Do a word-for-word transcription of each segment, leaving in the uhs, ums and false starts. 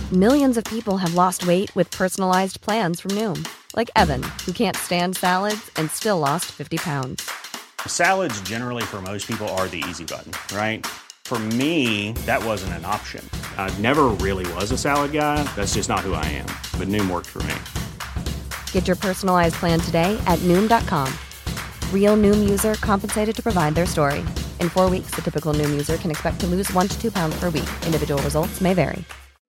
Millions of people have lost weight with personalized plans from Noom. Like Evan, who can't stand salads and still lost fifty pounds. Salads generally for most people are the easy button, right? For me, that wasn't an option. I never really was a salad guy. That's just not who I am. But Noom worked for me. Get your personalized plan today at Noom dot com. Real Noom user compensated to provide their story. In four weeks, the typical Noom user can expect to lose one to two pounds per week. Individual results may vary.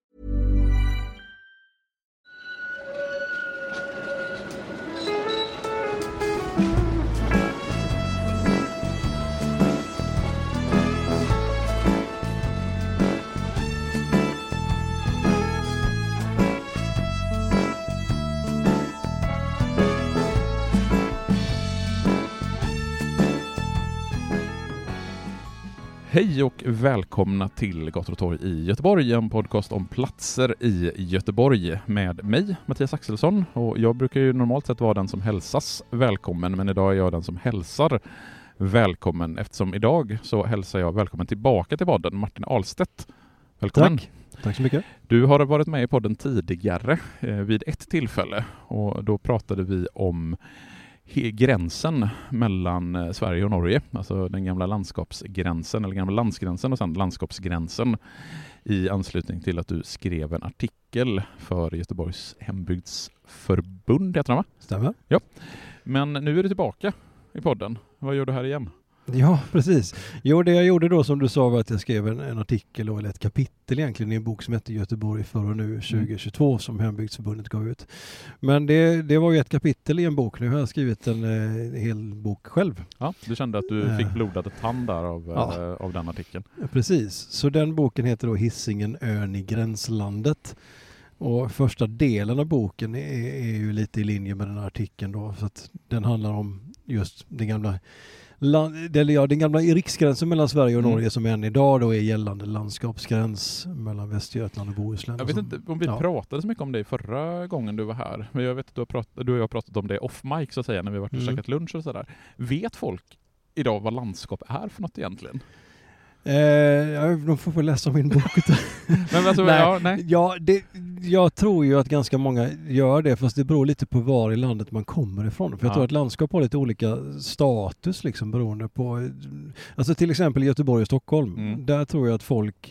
Hej och välkomna till Gator och torg i Göteborg, en podcast om platser i Göteborg med mig, Mattias Axelsson. Och jag brukar ju normalt sett vara den som hälsas välkommen, men idag är jag den som hälsar välkommen, eftersom idag så hälsar jag välkommen tillbaka till podden, Martin Ahlstedt. Välkommen. Tack. Tack så mycket. Du har varit med i podden tidigare eh, vid ett tillfälle, och då pratade vi om gränsen mellan Sverige och Norge, alltså den gamla landskapsgränsen eller gamla landsgränsen och sen landskapsgränsen, i anslutning till att du skrev en artikel för Göteborgs hembygdsförbund, heter det, va? Stämmer. Ja. Men nu är du tillbaka i podden. Vad gör du här igen? Ja, precis. Jo, det jag gjorde då, som du sa, var att jag skrev en, en artikel eller ett kapitel egentligen i en bok som heter Göteborg förr och nu tjugohundratjugotvå mm. som Hembygdsförbundet gav ut. Men det, det var ju ett kapitel i en bok. Nu har jag skrivit en, en hel bok själv. Ja, du kände att du fick blodade tand där av, ja. äh, av den artikeln. Ja, precis. Så den boken heter då Hisingen, ön i gränslandet. Och första delen av boken är, är ju lite i linje med den här artikeln då. Så att den handlar om just den gamla Land, ja, den gamla riksgränsen mellan Sverige och Norge mm. som än idag då är gällande landskapsgräns mellan Västergötland och Bohuslän. Jag vet inte om vi ja. pratade så mycket om det förra gången du var här. Men jag vet att du, har pratat, du och jag har pratat om det off mic så att säga, när vi varit och mm. käkat lunch och sådär. Vet folk idag vad landskap är för något egentligen? Eh, de får väl läsa min bok. Men alltså, nej, ja, nej. Ja, det, jag tror ju att ganska många gör det, fast det beror lite på var i landet man kommer ifrån. För jag ja. tror att landskap har lite olika status liksom, beroende på, alltså till exempel Göteborg och Stockholm. Mm. Där tror jag att folk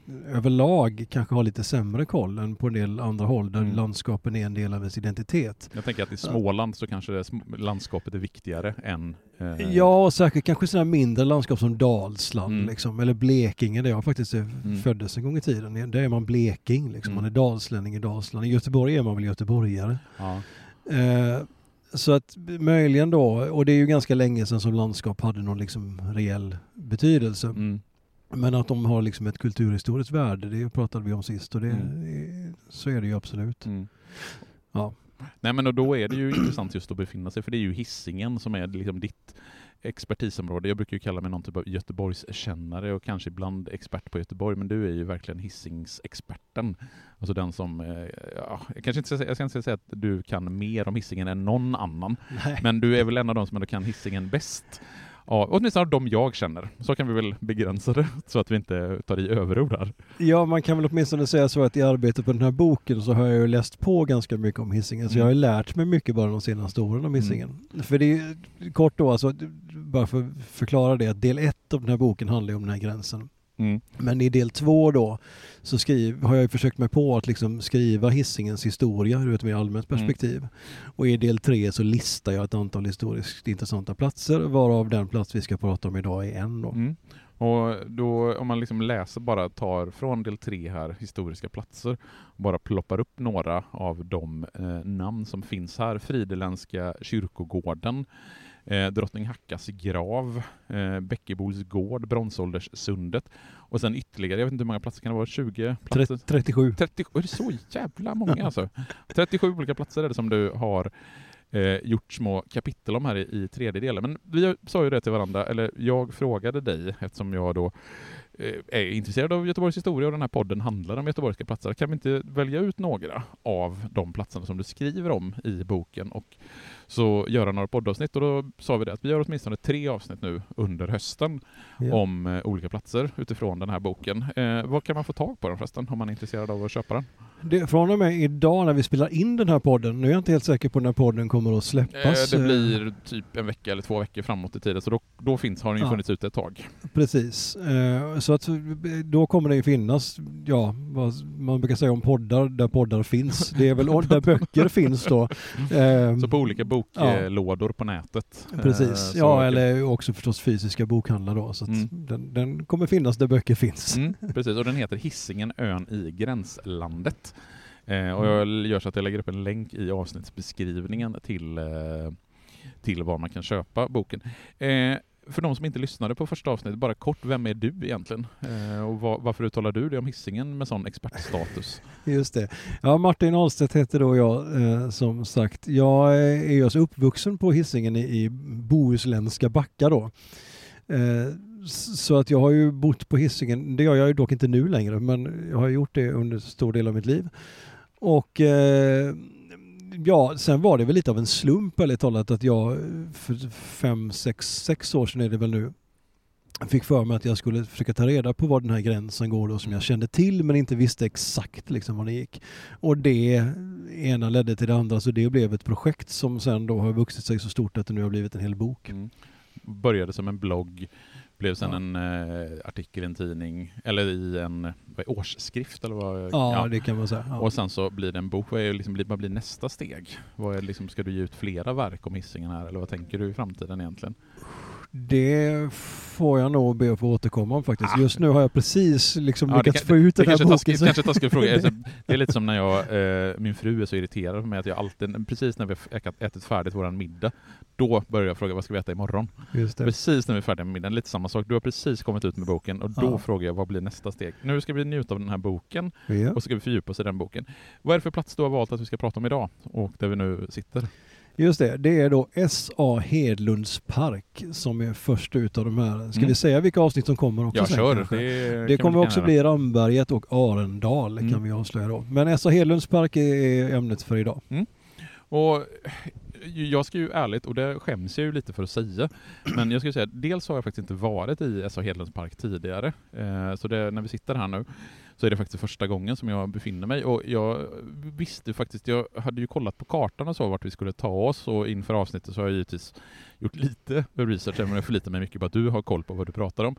överlag kanske har lite sämre koll än på en del andra håll där mm. landskapen är en del av ens identitet. Jag tänker att i Småland så kanske det landskapet är viktigare än... Eh... Ja, och säkert kanske sådana mindre landskap som Dalsland mm. liksom, eller Blekinge, där jag faktiskt mm. föddes en gång i tiden. Där är man bleking, liksom. Mm. Man är dalslänning i Dalsland. I Göteborg är man väl göteborgare. Ja. Eh, så att möjligen då, och det är ju ganska länge sedan som landskap hade någon liksom reell betydelse. Mm. Men att de har liksom ett kulturhistoriskt värde, det pratade vi om sist, och det, mm. så är det ju absolut. Mm. Ja. Nej, men och då är det ju intressant just att befinna sig, för det är ju Hisingen som är liksom ditt expertisområde. Jag brukar ju kalla mig någon typ av Göteborgskännare och kanske ibland expert på Göteborg, men du är ju verkligen Hisingsexperten. Alltså den som, ja, jag kanske inte säga, jag ska inte säga att du kan mer om Hisingen än någon annan, Nej. men du är väl en av de som ändå kan Hisingen bäst. Ja, åtminstone av de jag känner. Så kan vi väl begränsa det så att vi inte tar i överord här. Ja, man kan väl åtminstone säga så att i arbetet på den här boken så har jag ju läst på ganska mycket om Hisingen. Mm. Så jag har ju lärt mig mycket bara de senaste åren om Hisingen. Mm. För det är kort då, alltså, bara för att förklara det, att del ett av den här boken handlar om den här gränsen. Mm. Men i del två då så skriv, har jag ju försökt mig på att liksom skriva Hisingens historia ur ett mer allmänt perspektiv. Mm. Och i del tre så listar jag ett antal historiskt intressanta platser, varav den plats vi ska prata om idag är en då. Mm. Och då, om man liksom läser, bara tar från del tre här, historiska platser, bara ploppar upp några av de eh, namn som finns här. Frideländska kyrkogården, Eh, Drottning Hackas grav, eh, Bäckebols gård, Bronsålderssundet, och sen ytterligare, jag vet inte hur många platser kan det vara, tjugo platser? trettiosju. trettiosju, är det så jävla många alltså? trettiosju olika platser är det som du har eh, gjort små kapitel om här i, i tredje delen. Men vi sa ju det till varandra, eller jag frågade dig, eftersom jag då eh, är intresserad av Göteborgs historia och den här podden handlar om göteborgska platser. Kan vi inte välja ut några av de platserna som du skriver om i boken och så göra några poddavsnitt? Och då sa vi det att vi gör åtminstone tre avsnitt nu under hösten ja. om eh, olika platser utifrån den här boken. Eh, vad kan man få tag på den förresten om man är intresserad av att köpa den? Det, från och med idag när vi spelar in den här podden, nu är jag inte helt säker på när podden kommer att släppas. Eh, det blir typ en vecka eller två veckor framåt i tiden, så då, då finns, har den ju ja. funnits ute ett tag. Precis. Eh, så att då kommer det ju finnas, ja, vad man brukar säga om poddar, där poddar finns. Det är väl där böcker finns då. Eh, så på olika boklådor ja. på nätet. Precis, eh, ja, eller också förstås fysiska bokhandlar då. Så att mm. den, den kommer finnas där böcker finns. Mm, precis, och den heter Hisingen, ön i gränslandet. Eh, och jag gör så att jag lägger upp en länk i avsnittsbeskrivningen till, eh, till var man kan köpa boken. Eh, för de som inte lyssnade på första avsnittet, bara kort, vem är du egentligen? Eh, och var, varför uttalar du det om Hisingen med sån expertstatus? Just det. Ja, Martin Ahlstedt heter då jag, eh, som sagt. Jag är ju alltså uppvuxen på Hisingen i, i bohuslänska Backa då. Eh, Så att jag har ju bott på Hisingen, det gör jag ju dock inte nu längre, men jag har gjort det under stor del av mitt liv. Och eh, ja, sen var det väl lite av en slump eller talat att jag för fem, sex, sex år sedan är det väl nu, fick för mig att jag skulle försöka ta reda på var den här gränsen går då, som jag kände till men inte visste exakt liksom var det gick. Och det ena ledde till det andra, så det blev ett projekt som sen då har vuxit sig så stort att det nu har blivit en hel bok. Mm. Började som en blogg, blev sen ja. en eh, artikel i en tidning, eller i en vad är, årsskrift eller vad? Ja, ja, det kan man säga. Ja. Och sen så blir det en bok. Vad, är, liksom, vad blir nästa steg? Vad är, liksom, ska du ge ut flera verk om Hisingen här, eller vad tänker du i framtiden egentligen? Det får jag nog be att få återkomma om faktiskt. Ah. Just nu har jag precis liksom ja, lyckats kan, få ut det, den här det boken. Taskigt, kanske taskig fråga. Alltså, det är lite som när jag, eh, min fru är så irriterad på mig att jag alltid, precis när vi har ätit färdigt våran middag, då börjar jag fråga vad ska vi äta imorgon? Just det. Precis när vi är färdiga med middagen, lite samma sak. Du har precis kommit ut med boken och då ja. frågar jag vad blir nästa steg? Nu ska vi njuta av den här boken ja. och ska vi fördjupa oss i den boken. Vad är det för plats du har valt att vi ska prata om idag och där vi nu sitter? Just det, det är då S A Hedlunds park som är först ut av de här. Ska mm. vi säga vilka avsnitt som kommer också? Jag sen, kör. Kanske? Det, det kommer också bli Ramberget och Arendal mm. kan vi avslöja då. Men S A Hedlunds park är ämnet för idag. Mm. Och jag ska ju ärligt, och det skäms jag ju lite för att säga, men jag ska säga, dels har jag faktiskt inte varit i S A Hedlunds park tidigare. Eh, så det, när vi sitter här nu så är det faktiskt första gången som jag befinner mig. Och jag visste faktiskt, jag hade ju kollat på kartan och så vart vi skulle ta oss, och inför avsnittet så har jag givetvis gjort lite research, men jag förlitar mig mycket på att du har koll på vad du pratar om.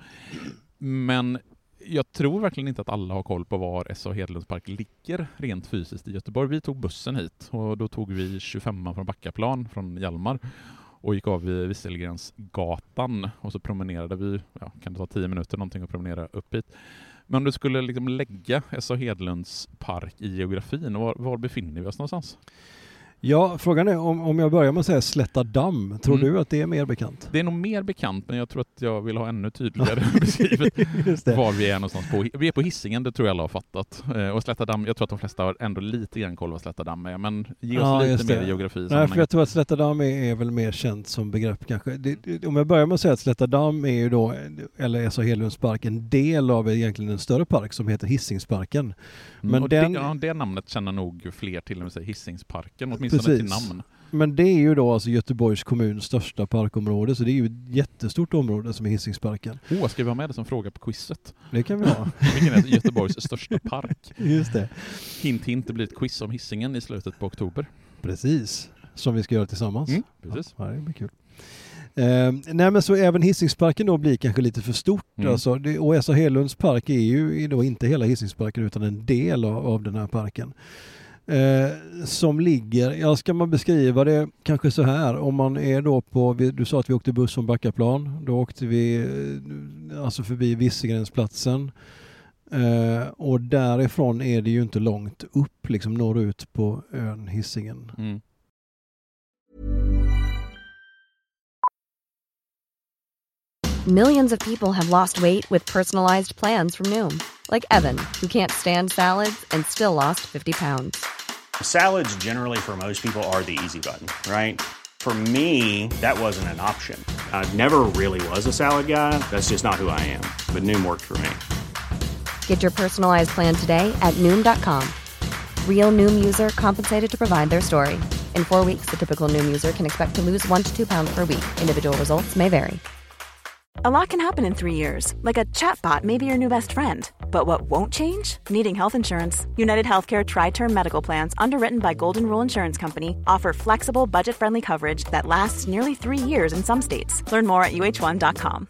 Men jag tror verkligen inte att alla har koll på var S A Hedlunds park ligger rent fysiskt i Göteborg. Vi tog bussen hit och då tog vi tjugofem från Backaplan från Hjalmar och gick av vid Wieselgrensgatan och så promenerade vi, ja, kan det ta tio minuter någonting att promenera upp hit. Men om du skulle liksom lägga S A Hedlunds park i geografin, var, var befinner vi oss någonstans? Ja, frågan är om, om jag börjar med att säga Slätta damm. Tror mm. du att det är mer bekant? Det är nog mer bekant, men jag tror att jag vill ha ännu tydligare beskrivet var vi är någonstans på. Vi är på Hisingen, det tror jag alla har fattat. Och Slätta damm, jag tror att de flesta har ändå lite grann koll vad Slätta damm är, men ge oss ja, lite mer geografi. Nej, för jag tror att Slätta damm är, är väl mer känt som begrepp kanske. Det, det, om jag börjar med att säga att Slätta damm är ju då, eller S A Hedlunds park, en del av egentligen en större park som heter Hisingsparken. Men mm, och den... det, ja, det namnet känner nog fler till, och med Hisingsparken, åtminstone till namn. Men det är ju då alltså Göteborgs kommuns största parkområde, så det är ju ett jättestort område som är Hisingsparken. Åh, oh, ska vi ha med det som fråga på quizet? Det kan vi ha. Vilken är Göteborgs största park? Just det. Hint, hint, det blir ett quiz om Hisingen i slutet på oktober. Precis, som vi ska göra tillsammans. Mm, precis. Ja, det blir kul. Uh, nej men så även Hisingsparken då blir kanske lite för stort. Mm. Alltså, det, och S A Hedlunds park är ju då inte hela Hisingsparken utan en del av, av den här parken. Uh, som ligger, ja, ska man beskriva det kanske så här, om man är då på, du sa att vi åkte buss från Backaplan, då åkte vi alltså förbi Wieselgrensplatsen. Uh, och därifrån är det ju inte långt upp, liksom norrut på ön Hisingen. Mm. Millions of people have lost weight with personalized plans from Noom. Like Evan, who can't stand salads and still lost fifty pounds. Salads generally for most people are the easy button, right? For me, that wasn't an option. I never really was a salad guy. That's just not who I am. But Noom worked for me. Get your personalized plan today at Noom dot com. Real Noom user compensated to provide their story. In four weeks, the typical Noom user can expect to lose one to two pounds per week. Individual results may vary. A lot can happen in three years, like a chatbot may be your new best friend. But what won't change? Needing health insurance. United Healthcare Tri-Term Medical Plans, underwritten by Golden Rule Insurance Company, offer flexible, budget-friendly coverage that lasts nearly three years in some states. Learn more at U H one dot com.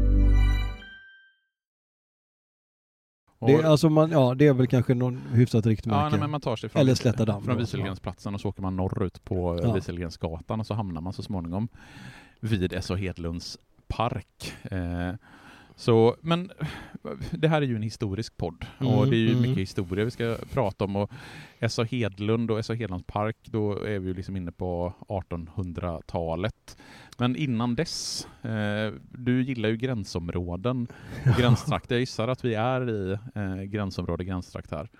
Det är, alltså man, ja, det är väl kanske någon hyfsat riktmärke. Ja, nej, men man tar sig från, eller Slätta damm, från Wieselgrensplatsen och så åker man norrut på ja. Wieselgrensgatan och så hamnar man så småningom vid S A Hedlunds park. Eh, så, men det här är ju en historisk podd mm, och det är ju mm. mycket historia vi ska prata om, och S A Hedlund och S A Hedlunds park, då är vi ju liksom inne på artonhundratalet. Men innan dess, eh, du gillar ju gränsområden och gränstrakter. Jag gissar att vi är i eh, gränsområde, gränstrakt här.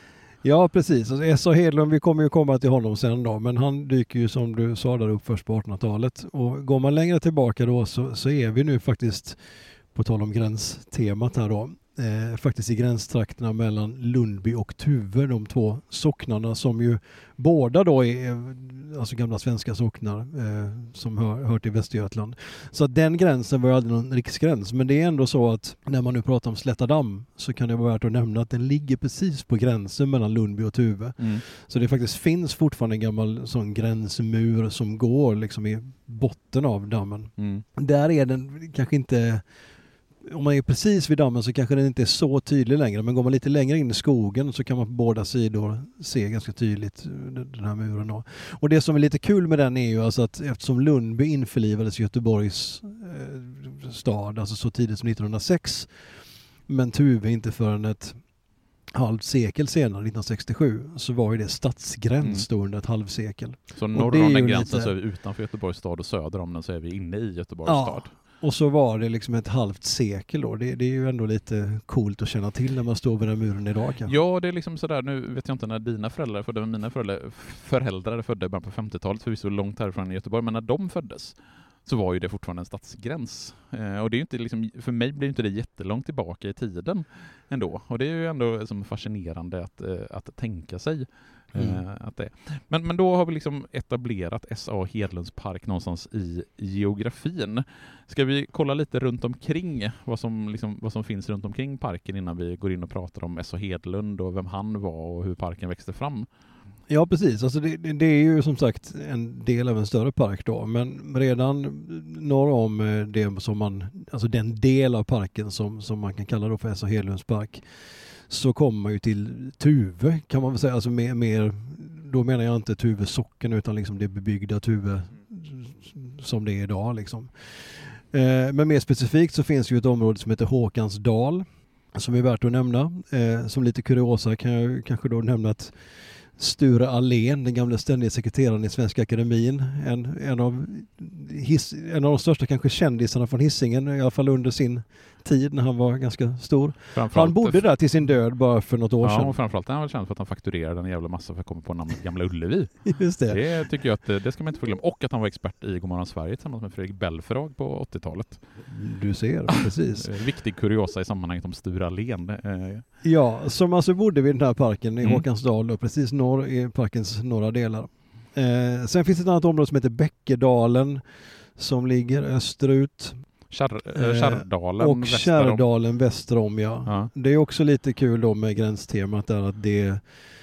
Ja, precis. Alltså, S A Hedlund, vi kommer ju komma till honom sen då, men han dyker ju som du sa där upp först på artonhundratalet. Och går man längre tillbaka då så, så är vi nu faktiskt, på tal om gränstemat här då, eh, faktiskt i gränstrakterna mellan Lundby och Tuve, de två socknarna som ju båda då är alltså gamla svenska socknar eh, som hör, hör till Västergötland. Så att den gränsen var ju aldrig någon riksgräns, men det är ändå så att när man nu pratar om Slätta damm så kan det vara värt att nämna att den ligger precis på gränsen mellan Lundby och Tuve. Mm. Så det faktiskt finns fortfarande en gammal sån gränsmur som går liksom i botten av dammen. Mm. Där är den kanske inte, om man är precis vid dammen så kanske den inte är så tydlig längre, men går man lite längre in i skogen så kan man på båda sidor se ganska tydligt den här muren då. Och det som är lite kul med den är ju alltså att eftersom Lundby införlivades i Göteborgs eh, stad, alltså så tidigt som nittonhundrasex, men Tuve inte förrän ett halvt sekel senare, nittonhundrasextiosju, så var ju det stadsgräns mm. då under ett halvsekel. Så norr om den gränsen lite, så är vi utanför Göteborgs stad och söder om den så är vi inne i Göteborgs ja. stad. Och så var det liksom ett halvt sekel då. Det, det är ju ändå lite coolt att känna till när man står vid den muren idag. Kanske. Ja, det är liksom sådär, nu vet jag inte när dina föräldrar födde, men mina föräldrar, föräldrar födde bara på femtiotalet, förvisso långt härifrån i Göteborg, men när de föddes så var ju det fortfarande en stadsgräns. Eh, och det är ju inte liksom, för mig blir inte det jättelångt tillbaka i tiden ändå. Och det är ju ändå som fascinerande att, eh, att tänka sig. Mm. Att det. Men, men då har vi liksom etablerat S A Hedlunds park någonstans i geografin. Ska vi kolla lite runt omkring vad som, liksom, vad som finns runt omkring parken innan vi går in och pratar om S A Hedlund och vem han var och hur parken växte fram? Ja, precis. Alltså det, det är ju som sagt en del av en större park då, men redan norr om det som man, alltså den del av parken som, som man kan kalla då för S A Hedlunds park, så kommer man ju till Tuve, kan man väl säga, alltså mer, mer då menar jag inte Tuve socken utan liksom det bebyggda Tuve som det är idag liksom. Eh, men mer specifikt så finns ju ett område som heter Håkansdal som är värt att nämna. Eh, som lite kuriosa kan jag kanske då nämna att Sture Allén, den gamla ständiga sekreteraren i Svenska Akademin, en, en, av, his, en av de största kanske kändisarna från Hisingen, i alla fall under sin tid när han var ganska stor. Han bodde där till sin död bara för något år ja, sedan. Ja, och framförallt är han väl känd för att han fakturerade en jävla massa för att komma på namnet Gamla Ullevi. Just det. Det tycker jag att det ska man inte få glömma. Och att han var expert i Godmorgon Sverige tillsammans med Fredrik Belfrage på åttiotalet. Du ser, precis. Viktig kuriosa i sammanhanget om Sture Allén. Ja, som alltså bodde vid den här parken i mm. Håkansdal och precis norr i parkens norra delar. Eh, sen finns det ett annat område som heter Bäckedalen som ligger österut. Kärrdalen och Kärrdalen väster om, ja. ja. Det är också lite kul då med gränstemat där att det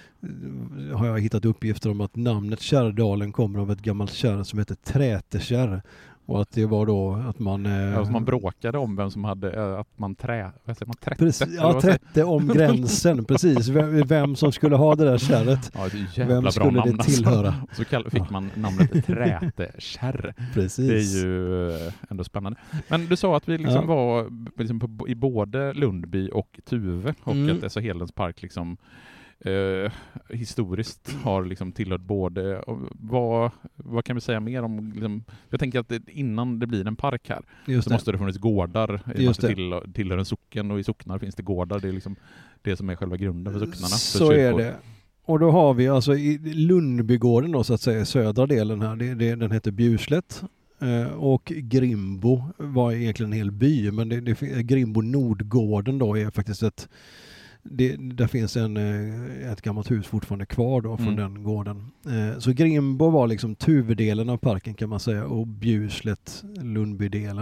har jag hittat uppgifter om att namnet Kärrdalen kommer av ett gammalt kärr som heter Trätekärr. Och att det var då att man... Eh, ja, man bråkade om vem som hade... Att man trä... Vad säger man? Trätte? Precis, ja, trätte om gränsen. Precis. Vem, vem som skulle ha det där kärret. Ja, det är vem skulle bra namn, det tillhöra. Alltså. Så kall, fick man namnet Trätekärr. Precis. Det är ju ändå spännande. Men du sa att vi liksom ja. var liksom på, i både Lundby och Tuve. Och mm. att S A Hedlunds park liksom... Uh, historiskt har liksom tillhört både vad, vad kan vi säga mer om liksom, jag tänker att det, innan det blir en park här Just så det. måste det funnits gårdar i att till, tillhör en socken och i socknar finns det gårdar, det är liksom det som är själva grunden för socknarna. Så för är det. Och då har vi alltså i Lundbygården då så att säga södra delen här, det, det, den heter Bjuslätt. Uh, och Grimbo var egentligen en hel by, men det, det, Grimbo Nordgården då är faktiskt ett Det, där finns en, ett gammalt hus fortfarande kvar då från mm. den gården. Eh, så Grimbo var liksom Tuverdelen av parken kan man säga och Bjuslätt Lundbydelen.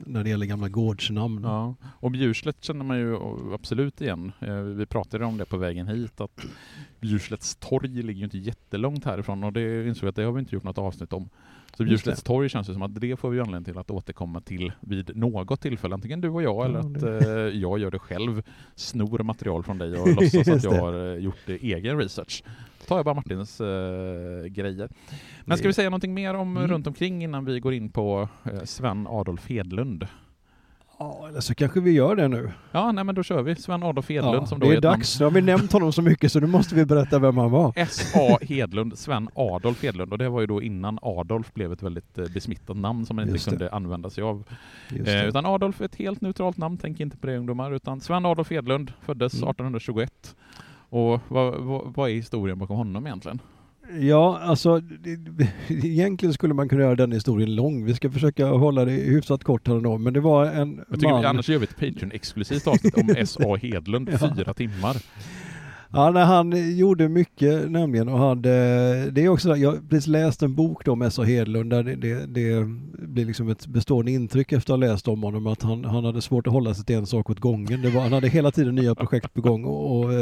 när det gäller gamla gårdsnamn. Ja. Och Bjurslätt känner man ju absolut igen. Vi pratade om det på vägen hit, att Bjurslätts torg ligger ju inte jättelångt härifrån, och det insåg att det har vi inte gjort något avsnitt om. Så Bjurslätts torg känns det som att det får vi anledning till att återkomma till vid något tillfälle. Antingen du och jag, ja, eller att eh, jag gör det själv. Snor material från dig och låtsas att jag har gjort egen research. Tar jag bara Martins eh, grejer. Men ska vi säga någonting mer om mm. runt omkring innan vi går in på eh, Sven Adolf Hedlund? Ja, eller så kanske vi gör det nu. Ja, nej men då kör vi. Sven Adolf Hedlund. Ja, som då det är, är dags. Nu har vi nämnt honom så mycket så nu måste vi berätta vem han var. S A Hedlund, Sven Adolf Hedlund. Och det var ju då innan Adolf blev ett väldigt eh, besmittat namn som man inte kunde använda sig av. Eh, utan Adolf är ett helt neutralt namn, tänk inte på det ungdomar. Utan Sven Adolf Hedlund föddes mm. arton tjugoett. Och vad, vad, vad är historien bakom honom egentligen? Ja, alltså det, egentligen skulle man kunna göra den historien lång. Vi ska försöka hålla det hyfsat kort här och men det var en Jag tycker man... vi, annars gör vi ett Patreon-exklusivt avsnitt om S A Hedlund, ja. fyra timmar. Ja, när han gjorde mycket nämligen och hade, det är också där, jag har precis läst en bok då om S A Hedlund där det, det, det blir liksom ett bestående intryck efter att ha läst om honom att han, han hade svårt att hålla sig till en sak åt gången. Det var, han hade hela tiden nya projekt på gång och, och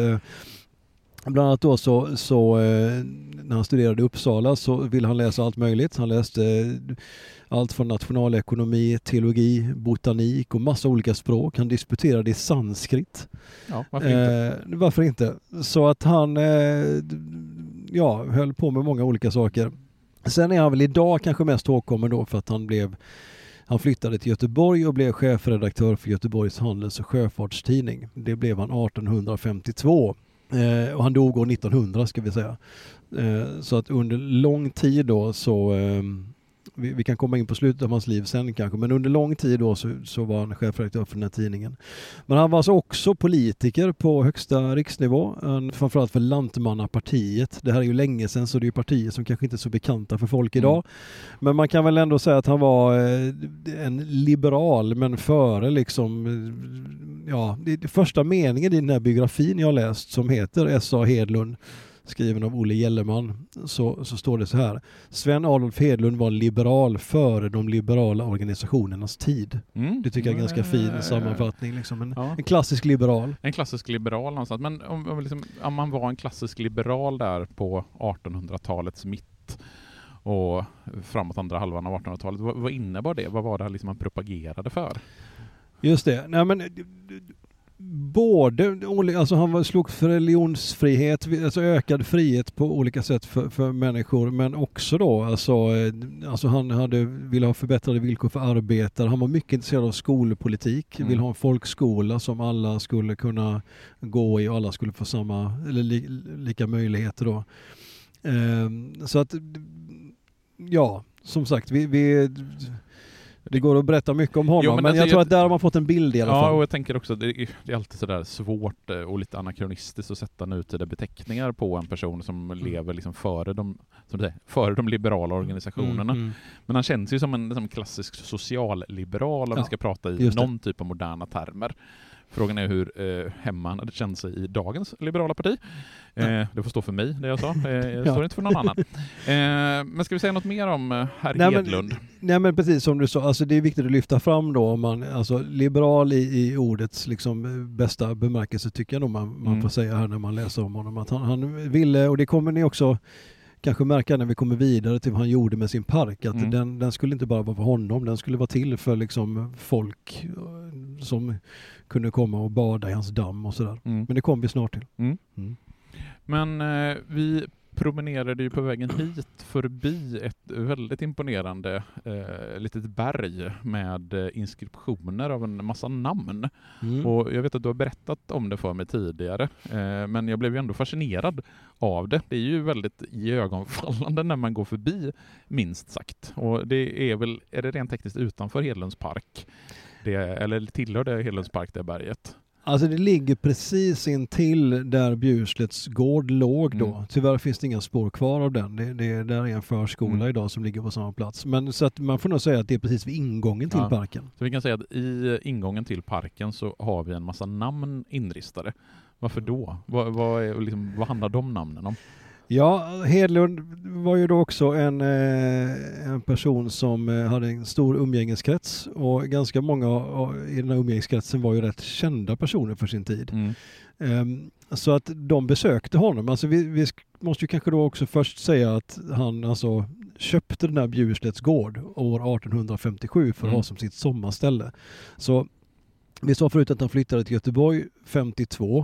bland annat då så, så när han studerade i Uppsala så ville han läsa allt möjligt. Han läste allt från nationalekonomi, teologi, botanik och massa olika språk. Han disputerade i sanskrit. Ja, varför inte? Eh, varför inte? Så att han eh, ja, höll på med många olika saker. Sen är han väl idag kanske mest ihågkommen då för att han blev Han flyttade till Göteborg och blev chefredaktör för Göteborgs handels- och sjöfartstidning. Det blev han arton femtiotvå. Eh, och han dog år nittonhundra ska vi säga. Eh, så att under lång tid då så eh, vi, vi kan komma in på slutet av hans liv sen kanske, men under lång tid då så, så var han chefredaktör för den här tidningen. Men han var alltså också politiker på högsta riksnivå, en, framförallt för Lantmannapartiet. Det här är ju länge sedan så det är ju partier som kanske inte är så bekanta för folk idag. Mm. Men man kan väl ändå säga att han var eh, en liberal, men före liksom ja, det är första meningen i den här biografin jag läst som heter S A Hedlund, skriven av Olle Gellerman, så, så står det så här. Sven Adolf Hedlund var liberal före de liberala organisationernas tid. Mm. Det tycker jag är en ganska fin sammanfattning. Liksom. En, ja. en klassisk liberal. En klassisk liberal någonstans. Men om, om, liksom, om man var en klassisk liberal där på artonhundratalets mitt och framåt andra halvan av artonhundratalet, vad, vad innebar det? Vad var det liksom man propagerade för? Just det. Nej, men både, alltså han var slog för religionsfrihet, alltså ökad frihet på olika sätt för, för människor, men också då alltså, alltså han hade, ville ha förbättrade villkor för arbetare. Han var mycket intresserad av skolpolitik, mm. ville ha en folkskola som alla skulle kunna gå i och alla skulle få samma eller li, lika möjligheter då. Um, så att ja, som sagt vi, vi det går att berätta mycket om honom, jo, men, men alltså, jag tror att där har man fått en bild i alla ja, fall. Ja, och jag tänker också att det är, det är alltid sådär svårt och lite anakronistiskt att sätta nutida beteckningar på en person som mm. lever liksom före, de, som säger, före de liberala organisationerna. Mm, mm. Men han känns ju som en som klassisk socialliberal om ja, vi ska prata i någon typ av moderna termer. Frågan är hur eh, hemma han hade känt sig i dagens liberala parti. Eh, det får stå för mig, det jag sa. Eh, jag står ja. inte för någon annan. Eh, men ska vi säga något mer om eh, herr nej, Hedlund? Men, nej men precis som du sa, alltså det är viktigt att lyfta fram då. Om man, alltså, liberal i, i ordets liksom, bästa bemärkelse tycker jag nog man, man mm. får säga här när man läser om honom. Att han, han ville, och det kommer ni också kanske märka när vi kommer vidare till vad han gjorde med sin park, att mm. den, den skulle inte bara vara för honom, den skulle vara till för liksom folk som kunde komma och bada i hans damm och sådär. Mm. Men det kom vi snart till. Mm. Mm. Men eh, vi promenerade ju på vägen hit förbi ett väldigt imponerande eh, litet berg med eh, inskriptioner av en massa namn. Mm. Och jag vet att du har berättat om det för mig tidigare, eh, men jag blev ju ändå fascinerad av det. Det är ju väldigt iögonfallande när man går förbi, minst sagt. Och det är väl, är det rent tekniskt utanför Hedlunds park? Det, eller tillhör det Hedlunds park, det berget? Alltså det ligger precis in till där Bjurslätts gård låg då. Mm. Tyvärr finns det inga spår kvar av den. Det, det där är en förskola mm. idag som ligger på samma plats. Men så att man får nog säga att det är precis vid ingången till ja. parken. Så vi kan säga att i ingången till parken så har vi en massa namn inristade. Varför då? Vad, vad, är, liksom, vad handlar de namnen om? Ja, Hedlund var ju då också en, eh, en person som eh, hade en stor umgängeskrets och ganska många av, i den här umgängeskretsen var ju rätt kända personer för sin tid. Mm. Um, så att de besökte honom. Alltså vi, vi måste ju kanske då också först säga att han alltså köpte den här Bjurslätts gård år arton femtiosju för att Mm. ha som sitt sommarställe. Så vi sa förut att han flyttade till Göteborg femtiotvå.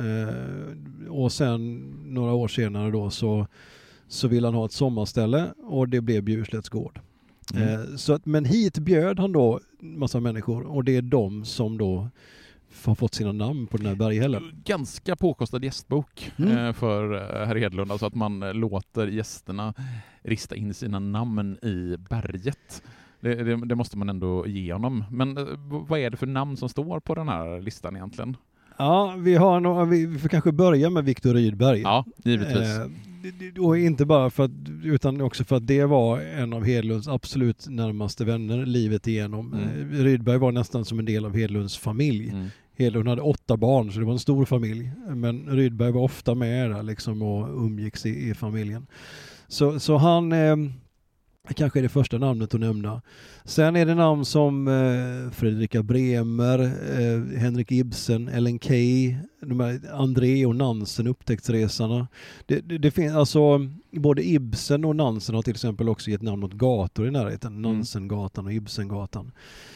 Eh, och sen några år senare då så, så ville han ha ett sommarställe och det blev Bjurslätts gård. Mm. Eh, så att, men hit bjöd han då massa människor och det är de som då har fått sina namn på den här berghällen. Ganska påkostad gästbok Mm. eh, för eh, herr Hedlund, alltså att man eh, låter gästerna rista in sina namn i berget. Det, det, det måste man ändå ge honom. Men eh, vad är det för namn som står på den här listan egentligen? Ja, vi har några, vi, vi får kanske börja med Viktor Rydberg. Ja, givetvis. Eh, och inte bara för att, utan också för att det var en av Hedlunds absolut närmaste vänner livet igenom. Mm. Eh, Rydberg var nästan som en del av Hedlunds familj. Mm. Hedlund hade åtta barn så det var en stor familj. Men Rydberg var ofta med där liksom och umgicks i, i familjen. Så, så han eh, kanske är det första namnet att nämna. Sen är det namn som eh, Fredrika Bremer, eh, Henrik Ibsen, Ellen Key, de här André och Nansen, upptäcktsresarna. Det, det, det finns alltså både Ibsen och Nansen har till exempel också gett namn åt gator i närheten. Mm. Nansengatan och Ibsengatan.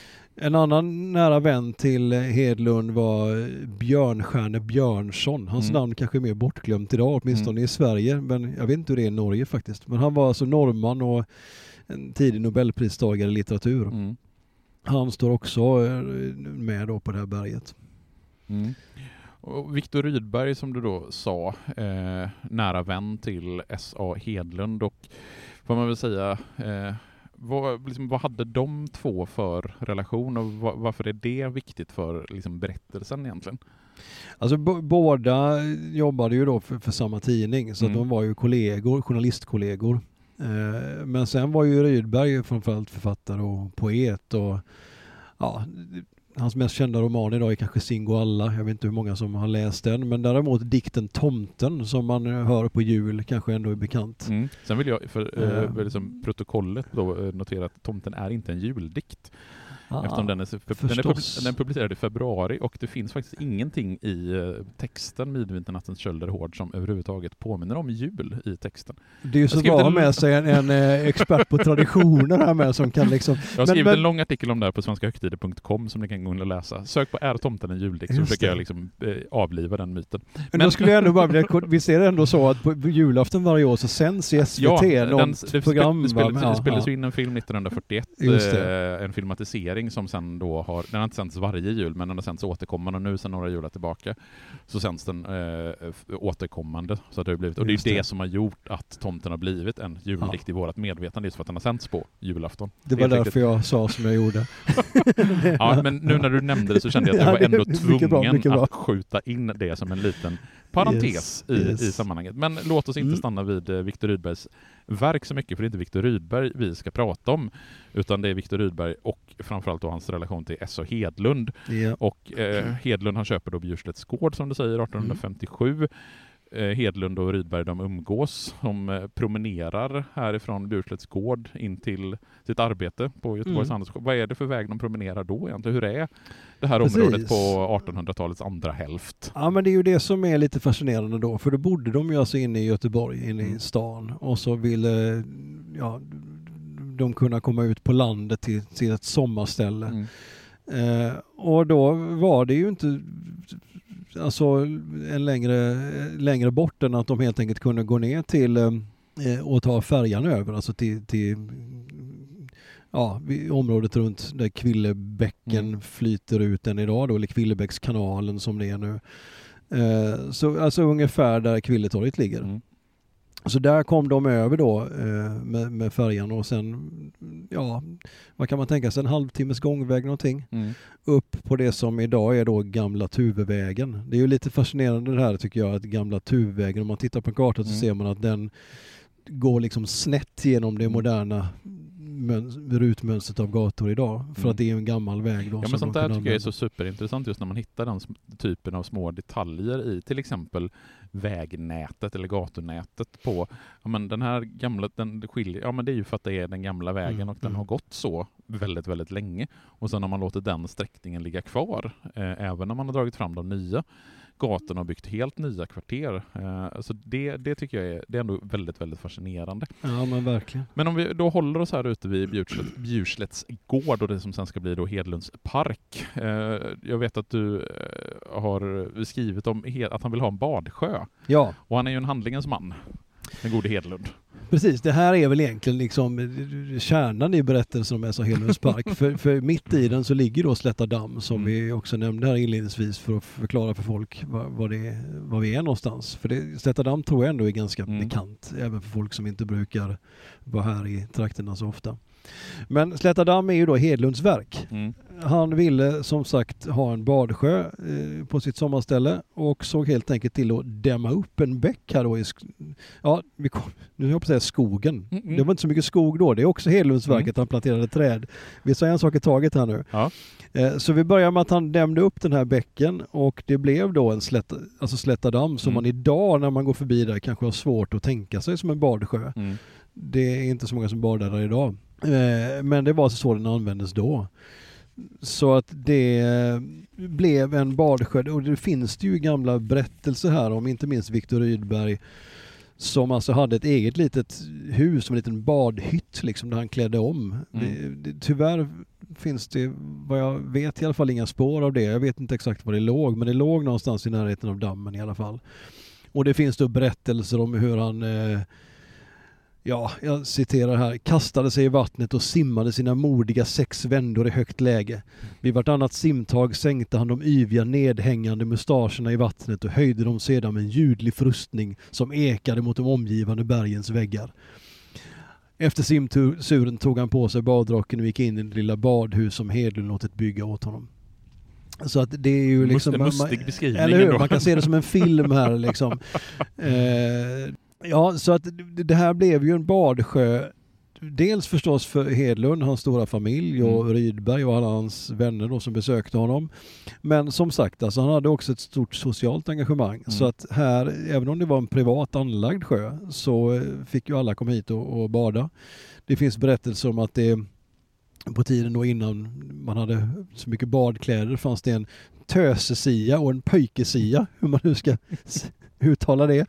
En annan nära vän till Hedlund var Björnstjerne Björnsson. Hans Mm. namn kanske är mer bortglömt idag, åtminstone mm. i Sverige. Men jag vet inte hur det är i Norge faktiskt. Men han var alltså norrman och en tidig Nobelpristagare i litteratur. Mm. Han står också med då på det här berget. Mm. Och Viktor Rydberg, som du då sa, eh, nära vän till S A Hedlund, och får man väl säga, eh, vad, liksom, vad hade de två för relation och va, varför är det viktigt för liksom, berättelsen egentligen? Alltså b- båda jobbade ju då för, för samma tidning, så Mm. att de var ju kollegor, journalistkollegor. Eh, men sen var ju Rydberg framförallt författare och poet och ja, hans mest kända roman idag är kanske Singoalla. Jag vet inte hur många som har läst den, men däremot dikten Tomten som man hör på jul kanske ändå är bekant. Mm. Sen vill jag för Mm. eh, liksom protokollet då eh, notera att Tomten är inte en juldikt. Ah, Eftersom den är, den, är förstås. publi- den är publicerad i februari och det finns faktiskt ingenting i eh, texten Midvinternattens köld är hård som överhuvudtaget påminner om jul i texten. Det är ju så Jag skrev bra att en- ha med sig en, en eh, expert på traditioner här med som kan liksom... Jag har skrivit men- en lång artikel om det här på svenska högtider punkt com som ni kan gå in och läsa. Sök på Är tomten en juldikt så Just försöker det. jag liksom, eh, avliva den myten. Men, Men- då skulle jag ändå bara vilja, vi ser det ändå så att på julafton varje år så sänds i S V T Ja, något den, det, program. det, spel, va? det Ja, spelades ja. ju in en film nittonhundrafyrtioett, Just eh, en filmatisering som sen då har, den har inte sänts varje jul men den har sänts återkommande och nu sen några jular tillbaka så sänds den eh, f- återkommande. Så att det har blivit, och det är Just det. det. det som har gjort att Tomten har blivit en juldikt i vårt medvetande, just för att den har sänts på julafton. Det var Helt därför riktigt. jag sa som jag gjorde. Ja, men nu när du nämnde det så kände jag att jag Ja, var det- ändå mycket bra, tvungen mycket bra. att skjuta in det som en liten parentes Yes, i, yes. i sammanhanget. Men låt oss inte Mm. stanna vid eh, Viktor Rydbergs verk så mycket, för det är inte Viktor Rydberg vi ska prata om, utan det är Viktor Rydberg och framförallt då hans relation till S A Hedlund. Ja. Och eh, Hedlund han köper då Bjurslätts gård som du säger arton femtiosju. Eh, Hedlund och Rydberg de umgås, de eh, promenerar härifrån Bjurslätts gård in till sitt arbete på Göteborgs Mm. handelsskola. Vad är det för väg de promenerar då egentligen? Hur är det här Precis. området på artonhundratalets andra hälft? Ja, men det är ju det som är lite fascinerande då, för då bodde de ju alltså inne i Göteborg, inne i Mm. stan, och så ville ja, de kunna komma ut på landet till, till ett sommarställe. Mm. Eh, och då var det ju inte alltså en längre, längre bort än att de helt enkelt kunde gå ner till eh, och ta färjan över, alltså till, till ja, vid området runt där Kvillebäcken Mm. flyter ut än idag då, eller Kvillebäckskanalen som det är nu. Eh, så alltså ungefär där Kvilletorget ligger. Mm. Så där kom de över då eh, med, med färjan och sen, ja, vad kan man tänka sig, en halvtimmes gångväg någonting Mm. upp på det som idag är då Gamla Tuvevägen. Det är ju lite fascinerande det här tycker jag, att Gamla Tuvevägen, om man tittar på kartan så Mm. ser man att den går liksom snett genom det moderna möns- rutmönstret av gator idag. För Mm. att det är en gammal väg då. Ja, men som sånt de där kan tycker jag är använda. så superintressant just när man hittar den sm- typen av små detaljer i till exempel vägnätet eller gatunätet på, ja men den här gamla, den skiljer, ja men det är ju för att det är den gamla vägen Mm, och den mm. har gått så väldigt, väldigt länge. Och sen har man låtit den sträckningen ligga kvar, eh, även när man har dragit fram de nya gatorna och byggt helt nya kvarter. Eh, så det, det tycker jag är, det är ändå väldigt, väldigt fascinerande. Ja, men verkligen. Men om vi då håller oss här ute vid Bjurslet, Bjurslätts gård och det som sen ska bli då Hedlunds park. Eh, jag vet att du eh, har skrivit om he- att han vill ha en badsjö. Ja, Och han är ju en handlingens man, den gode Hedlund. precis. Det här är väl egentligen liksom kärnan i berättelsen om S A Hedlunds park. för, för mitt i den så ligger då Slätta damm som Mm. vi också nämnde här inledningsvis för att förklara för folk vad, vad, det, vad vi är någonstans. För det, Slätta damm tror jag ändå är ganska Mm. bekant även för folk som inte brukar vara här i trakterna så ofta. Men Slätta damm är ju då Hedlunds verk. Mm. Han ville som sagt ha en badsjö eh, på sitt sommarställe och såg helt enkelt till att dämma upp en bäck här då i sk- ja, vi kom, nu höll jag på att säga skogen. Mm, mm. Det var inte så mycket skog då. Det är också Hedlunds verk Mm. att han planterade träd. Vi sa en sak i taget här nu. Ja. Eh, så vi börjar med att han dämde upp den här bäcken och det blev då en slätta, alltså Slätta damm som Mm. man idag när man går förbi där kanske har svårt att tänka sig som en badsjö. Mm. Det är inte så många som badar där idag. Eh, men det var så den användes då. Så att det blev en badsjö och det finns det ju gamla berättelser här om inte minst Viktor Rydberg som alltså hade ett eget litet hus, en liten badhytt liksom där han klädde om. Mm. Det, det, tyvärr finns det, vad jag vet i alla fall, inga spår av det. Jag vet inte exakt var det låg, men det låg någonstans i närheten av dammen i alla fall. Och det finns då berättelser om hur han eh, ja, jag citerar här, kastade sig i vattnet och simmade sina modiga sex vändor i högt läge. Vid vartannat simtag sänkte han de yviga nedhängande mustascherna i vattnet och höjde dem sedan med en ljudlig frustning som ekade mot de omgivande bergens väggar. Efter simsuren tog han på sig badrocken och gick in i det lilla badhus som Hedlund låtit bygga åt honom. Så att det är ju liksom... En mustig man, beskrivning eller hur? ändå. Man kan se det som en film här liksom. Eh, ja, så att det här blev ju en badsjö. Dels förstås för Hedlund, hans stora familj och Mm. Rydberg och alla hans vänner då som besökte honom. Men som sagt, alltså, han hade också ett stort socialt engagemang. Mm. Så att här, även om det var en privat anlagd sjö, så eh, fick ju alla komma hit och, och bada. Det finns berättelser om att det på tiden då innan man hade så mycket badkläder fanns det en tösesia och en pöjkesia, hur man nu ska s- uttala det.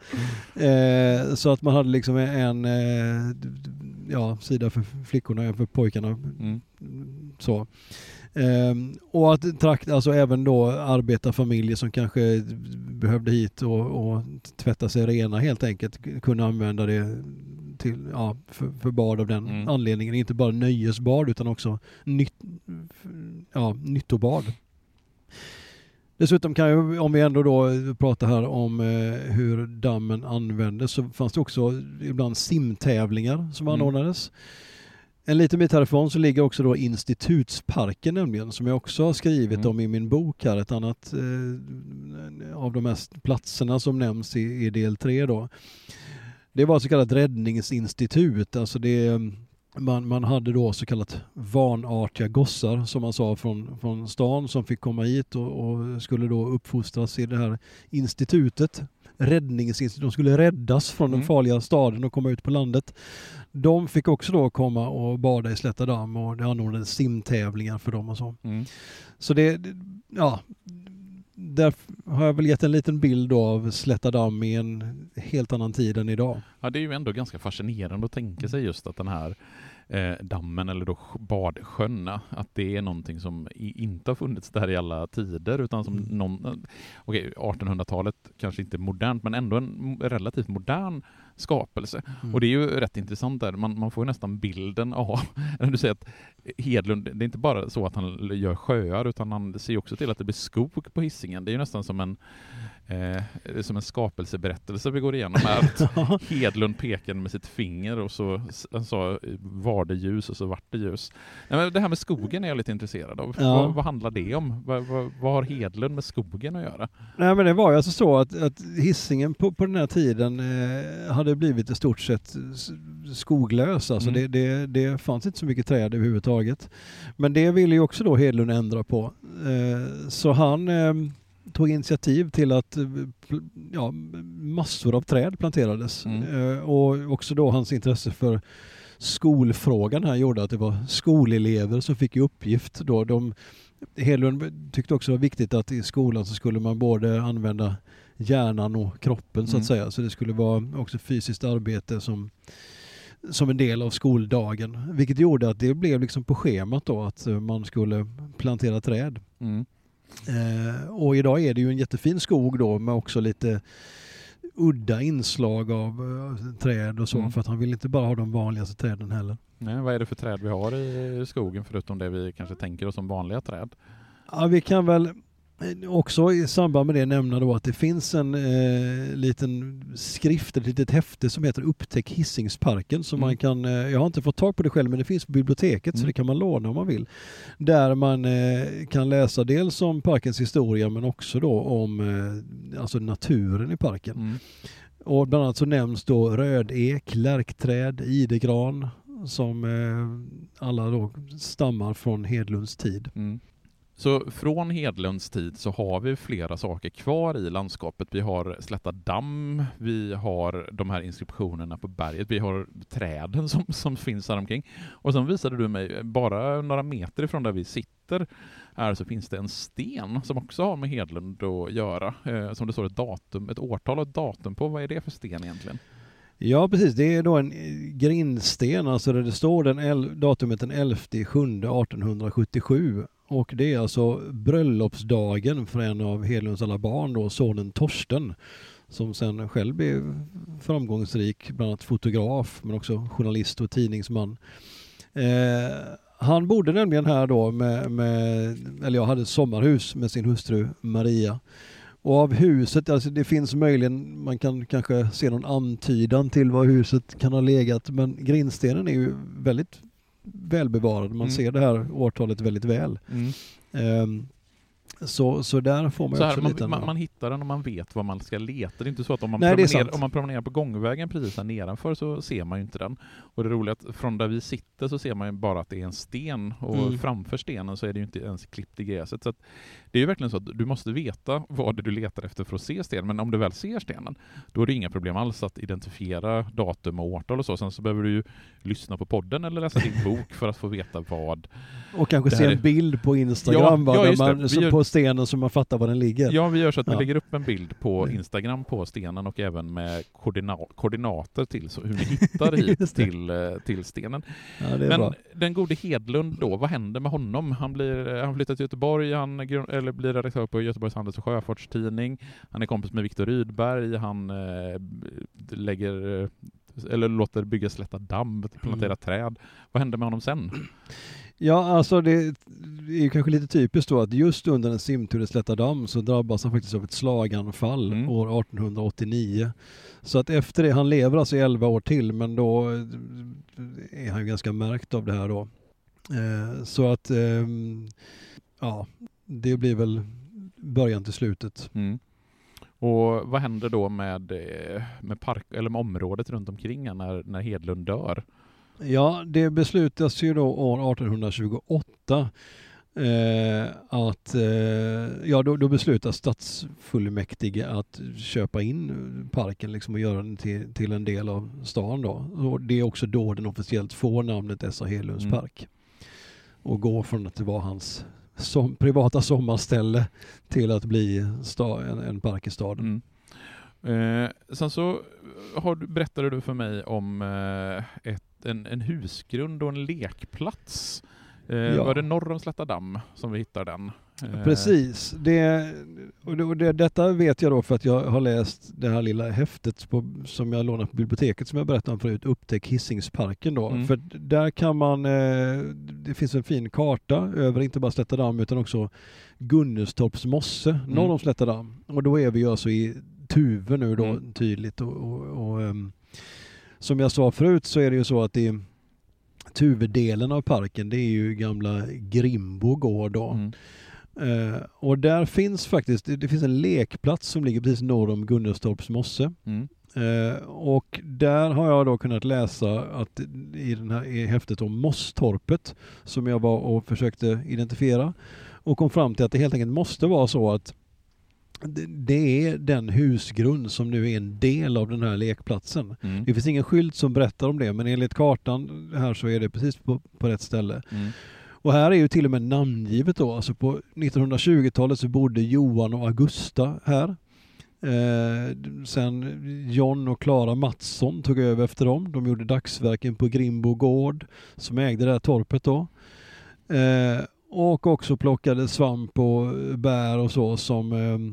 Eh, så att man hade liksom en eh, d- d- ja, sida för flickorna och en för pojkarna. Mm. Så. Ehm, och att trakt, alltså även då arbetarfamiljer som kanske behövde hit och, och tvätta sig rena helt enkelt kunde använda det till, ja, för, för bad av den Mm. anledningen. Inte bara nöjesbad utan också nytt, ja, nyttobad. Dessutom kan ju, om vi ändå då pratar här om eh, hur dammen användes, så fanns det också ibland simtävlingar som Mm. anordnades. En liten bit härifrån så ligger också då Institutsparken nämligen, som jag också har skrivit Mm. om i min bok här, ett annat eh, av de mest platserna som nämns i, i del tre då. Det var så kallat räddningsinstitut, alltså det man, man hade då så kallat vanartiga gossar som man sa från, från stan som fick komma hit och, och skulle då uppfostras i det här institutet. Räddningsinstitut, de skulle räddas från Mm. den farliga staden och komma ut på landet. De fick också då komma och bada i Slätta damm och det anordnades simtävlingar för dem och så. Mm. Så det, det- ja, där har jag väl gett en liten bild av Slätta damm i en helt annan tid än idag. Ja, det är ju ändå ganska fascinerande att tänka sig just att den här eh, dammen eller då sj- badsjönna, att det är någonting som i, inte har funnits där i alla tider utan som Mm. någon, okej, artonhundratalet kanske inte modernt men ändå en m- relativt modern skapelse. Mm. Och det är ju rätt intressant där. Man, man får ju nästan bilden av, när du säger att Hedlund, det är inte bara så att han gör sjöar utan han ser också till att det blir skog på Hisingen. Det är ju nästan som en eh, som en skapelseberättelse vi går igenom här. Hedlund pekar med sitt finger och så han sa var det ljus och så vart det ljus. Nej, men det här med skogen är jag lite intresserad av. Ja. Vad, vad handlar det om? Vad, vad, vad har Hedlund med skogen att göra? Nej, men det var ju alltså så att, att Hisingen på, på den här tiden eh, hade blivit i stort sett s- skoglös. Alltså Mm. det, det, det fanns inte så mycket träd överhuvudtaget. Men det ville ju också då Hedlund ändra på. Eh, så han eh, tog initiativ till att ja, massor av träd planterades. Mm. Eh, och också då hans intresse för skolfrågan här gjorde att det var skolelever som fick i uppgift då. De, Hedlund tyckte också det var viktigt att i skolan så skulle man både använda hjärnan och kroppen så att Mm. säga. Så det skulle vara också fysiskt arbete som, som en del av skoldagen. Vilket gjorde att det blev liksom på schemat då att man skulle plantera träd. Mm. Eh, och idag är det ju en jättefin skog då med också lite udda inslag av uh, träd och så. Mm. För att han vill inte bara ha de vanligaste träden heller. Nej, vad är det för träd vi har i skogen förutom det vi kanske tänker oss som vanliga träd? Ja, vi kan väl också i samband med det nämna då att det finns en eh, liten skrift, ett litet häfte som heter Upptäck Hisingsparken som Mm. man kan, eh, jag har inte fått tag på det själv men det finns på biblioteket Mm. så det kan man låna om man vill. Där man eh, kan läsa dels om parkens historia men också då om eh, alltså naturen i parken. Mm. Och bland annat så nämns då rödek, lärkträd, idegran som eh, alla då stammar från Hedlunds tid. Mm. Så från Hedlunds tid så har vi flera saker kvar i landskapet. Vi har Slätta damm, vi har de här inskriptionerna på berget, vi har träden som, som finns här omkring. Och sen visade du mig, bara några meter ifrån där vi sitter här så finns det en sten som också har med Hedlund att göra. Eh, som det står ett datum, ett årtal och ett datum på. Vad är det för sten egentligen? Ja, precis. Det är då en grindsten, alltså där det står den el- datumet den elfte juli artonhundrasjuttiosju. Och det är alltså bröllopsdagen för en av Hedlunds alla barn då, sonen Torsten, som sen själv blev framgångsrik, bland annat fotograf men också journalist och tidningsman. Eh, han bodde nämligen här då med, med, eller jag hade ett sommarhus med sin hustru Maria. Och av huset, alltså det finns möjligen, man kan kanske se någon antydan till vad huset kan ha legat, men grindstenen är ju väldigt välbevarad. Man Mm. ser det här årtalet väldigt väl. Mm. Um, så, så där får man Så ju här, också man, lite... man, man hittar den och man vet vad man ska leta. Det är inte så att om man, Nej, det är promenerar, sant. om man promenerar på gångvägen precis här nedanför så ser man ju inte den. Och det roliga är att från där vi sitter så ser man ju bara att det är en sten och Mm. framför stenen så är det ju inte ens klippt i gräset. Så att det är ju verkligen så att du måste veta vad det du letar efter för att se stenen. Men om du väl ser stenen, då är det inga problem alls att identifiera datum och årtal och så. Sen så behöver du ju lyssna på podden eller läsa din bok för att få veta vad. Och kanske det se här en är- bild på Instagram Ja, va, ja, där just det. man, Vi så gör- på stenen så man fattar var den ligger. Ja, vi gör så att vi Ja. lägger upp en bild på Mm. Instagram på stenen och även med koordina- koordinater till så hur ni hittar hit Just det. till, eh, till stenen. Ja, det är Men bra. den gode Hedlund då, vad händer med honom? Han, blir, han flyttar till Göteborg, han grund- eller blir redaktör på Göteborgs Handels- och Sjöfartstidning. Han är kompis med Viktor Rydberg, han eh, lägger eh, eller låter bygga Slätta damm, plantera Mm. träd. Vad händer med honom sen? Ja, alltså det är ju kanske lite typiskt då att just under en simtur i Slätta damm så drabbas han faktiskt av ett slaganfall Mm. år artonhundraåttionio. Så att efter det, han lever alltså i elva år till, men då är han ju ganska märkt av det här då. Eh, så att ehm, ja, det blir väl början till slutet. Mm. Och vad händer då med, eh, med, park, eller med området runt omkring när, när Hedlund dör? Ja, det beslutas ju då år artonhundratjugoåtta eh, att eh, ja, då, då beslutas stadsfullmäktige att köpa in parken liksom och göra den till, till en del av stan då. Och det är också då den officiellt får namnet S A Hedlunds Mm. park. Och går från att det var hans som, privata sommarställe till att bli sta, en, en park i staden. Mm. Eh, sen så har, du- berättade du för mig om eh, ett, en, en husgrund och en lekplats. Eh, Ja. Var det norr om Slätta damm som vi hittar den? Eh, Precis. Det, och det, och det, detta vet jag då för att jag har läst det här lilla häftet på, som jag lånat på biblioteket som jag berättade om förut, Upptäck Hisingsparken då. Mm. För där kan man, eh, det finns en fin karta över inte bara Slätta damm utan också Gunnestorps mosse Mm. norr om Slätta damm. Och då är vi alltså i Tuve nu då Mm. tydligt. Och, och, och um, som jag sa förut så är det ju så att det Tuvedelen av parken det är ju gamla Grimbo gård då. Mm. Eh, och där finns faktiskt, det, det finns en lekplats som ligger precis norr om Gunnestorps mosse. Mm. Eh, och där har jag då kunnat läsa att i den här i häftet om Mosstorpet som jag var och försökte identifiera och kom fram till att det helt enkelt måste vara så att det, det är den husgrund som nu är en del av den här lekplatsen. Mm. Det finns ingen skylt som berättar om det, men enligt kartan här så är det precis på, på rätt ställe. Mm. Och här är ju till och med namngivet då, alltså på nittonhundratjugotalet så bodde Johan och Augusta här. Eh, sen John och Clara Mattsson tog över efter dem. De gjorde dagsverken på Grimbo gård som ägde det här torpet då. Eh, och också plockade svamp och bär och så som,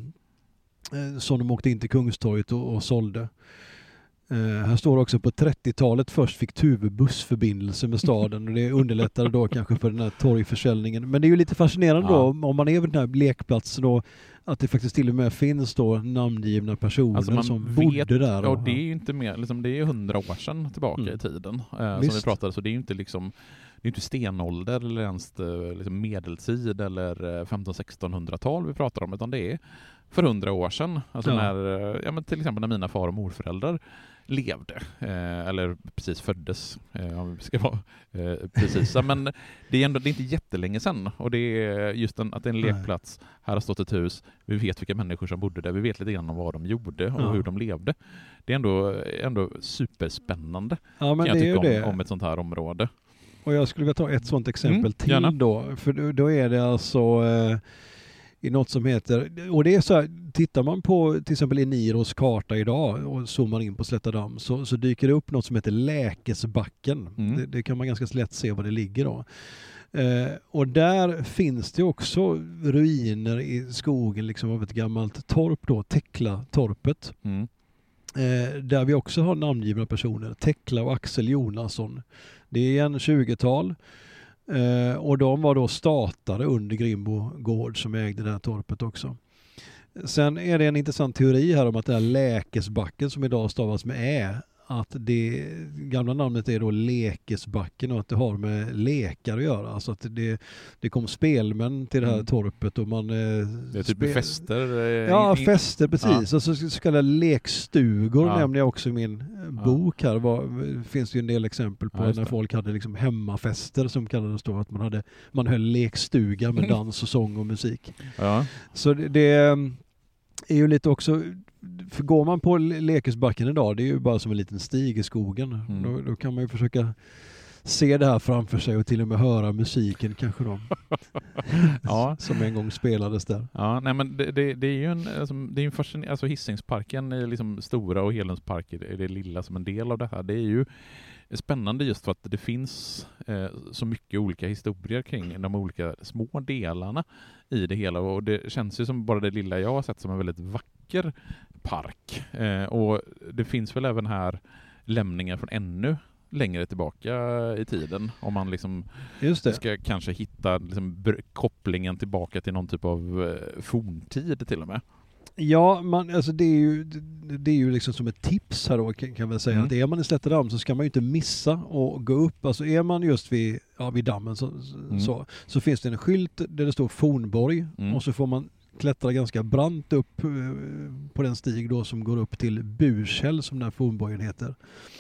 eh, som de åkte in till Kungstorget och, och sålde. Uh, här står också på trettiotalet först fick Tuve bussförbindelse med staden och det underlättade då kanske för den här torgförsäljningen. Men det är ju lite fascinerande ja. då om man är vid den här lekplatsen då att det faktiskt till och med finns då namngivna personer alltså som vet, bodde där. Och det är ju inte mer, liksom, det är hundra år sedan tillbaka mm. i tiden eh, som vi pratade, så det är ju inte liksom det är inte stenålder eller ens liksom medeltid eller femton-sextonhundratal vi pratar om, utan det är för hundra år sedan. Alltså ja. när, ja, men till exempel när mina far- och morföräldrar levde, eh, eller precis föddes, eh, om vi ska vara eh, precisa. Men det är ändå det är inte jättelänge sedan. Och det är just en, att det är en lekplats. Här har stått ett hus. Vi vet vilka människor som bodde där. Vi vet lite grann om vad de gjorde och ja. hur de levde. Det är ändå, ändå superspännande. Ja, men kan det jag tycka är ju om, det. om ett sånt här område. Och jag skulle vilja ta ett sånt exempel mm, till gärna. då. För då är det alltså eh, i något som heter, och det är så här, tittar man på till exempel i Niros karta idag och zoomar in på Slättadamm så, så dyker det upp något som heter Läkesbacken. Mm. Det, det kan man ganska lätt se var det ligger då. Eh, och där finns det också ruiner i skogen liksom av ett gammalt torp då, Tekla-torpet. Mm. Eh, där vi också har namngivna personer, Tekla och Axel Jonasson. Det är en tjugotal. Uh, och de var då statare under Grimbo gård som ägde det här torpet också. Sen är det en intressant teori här om att det här Läkesbacken som idag stavas med ä, att det gamla namnet är då Lekesbacken och att det har med lekar att göra. Alltså att det, det kom spelmän till det här mm. torpet och man... Eh, det är typ spel... fester? Eh, ja, in... fester precis. Ja. Och så, så kallade lekstugor ja. nämner jag också i min ja. bok här. Var, finns det ju en del exempel på ja, när folk hade liksom hemmafester som kallades då att man, hade, man höll lekstuga med dans och sång och musik. Ja. Så det, det är ju lite också... För går man på Lekesbacken idag, det är ju bara som en liten stig i skogen. Mm. Då, då kan man ju försöka se det här framför sig och till och med höra musiken kanske då. ja. Som en gång spelades där. Ja, nej men det, det, det är ju en, alltså, det är en fascin- alltså Hisingsparken är liksom stora och Hedlundspark är det lilla som en del av det här. Det är ju spännande just för att det finns eh, så mycket olika historier kring de olika små delarna i det hela, och det känns ju som bara det lilla jag har sett som en väldigt vacker park. Eh, och det finns väl även här lämningar från ännu längre tillbaka i tiden om man liksom Just det. ska kanske hitta liksom br- kopplingen tillbaka till någon typ av eh, forntid till och med. Ja, man, alltså det är ju det är ju liksom som ett tips här då kan, kan man säga mm. att är man i Slättadamm så ska man ju inte missa och gå upp. Alltså är man just vid, ja, vid dammen så, mm. så, så finns det en skylt där det står Fornborg mm. och så får man klättra ganska brant upp eh, på den stig då som går upp till Burshäll som den här Fornborgen heter.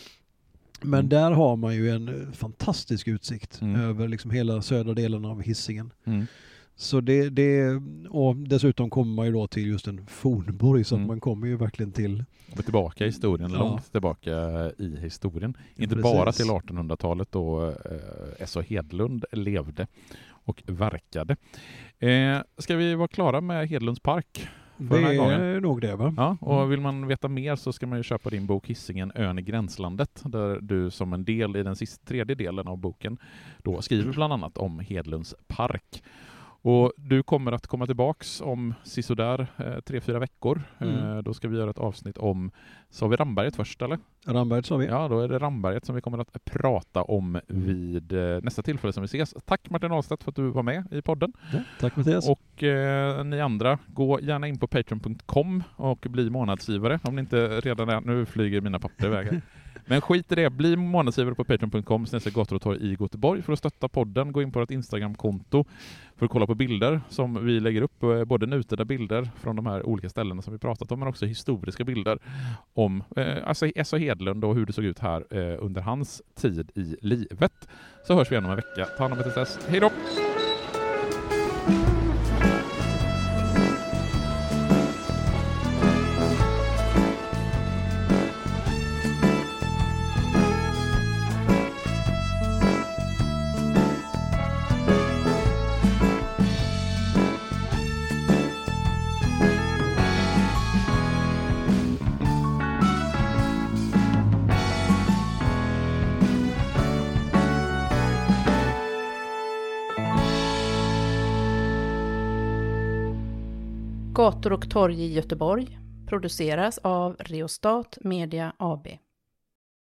Men mm. där har man ju en fantastisk utsikt mm. över liksom hela södra delen av Hisingen. Mm. Så det, det, och dessutom kommer man ju då till just en fornborg så att mm. man kommer ju verkligen till... Och tillbaka i historien, ja. långt tillbaka i historien. Inte Precis. bara till artonhundratalet då eh, S A Hedlund levde och verkade. Eh, ska vi vara klara med Hedlunds park? Det är nog det, va? Ja, och vill man veta mer så ska man ju köpa din bok Hisingen, ön i gränslandet, där du som en del i den sista, tredje delen av boken då skriver bland annat om Hedlunds park. Och du kommer att komma tillbaks om sisådär eh, tre, fyra veckor. Mm. Eh, då ska vi göra ett avsnitt om, sa vi Ramberget först eller? Ramberget sa vi. Ja, då är det Ramberget som vi kommer att prata om vid eh, nästa tillfälle som vi ses. Tack Martin Ahlstedt för att du var med i podden. Ja, tack Mattias. Och eh, ni andra, gå gärna in på patreon punkt com och bli månadsgivare om ni inte redan är. Nu flyger mina papper iväg här. Men skit i det, bli månadsgivare på patreon punkt com snedstreck gator och torg i Göteborg för att stötta podden. Gå in på ett Instagram-konto för att kolla på bilder som vi lägger upp, både nutida bilder från de här olika ställena som vi pratat om, men också historiska bilder om eh, alltså S A Hedlund och hur det såg ut här eh, under hans tid i livet. Så hörs vi igen om en vecka. Ta hand om er tills dess. Hej då! Gator och torg i Göteborg produceras av Reostat Media A B.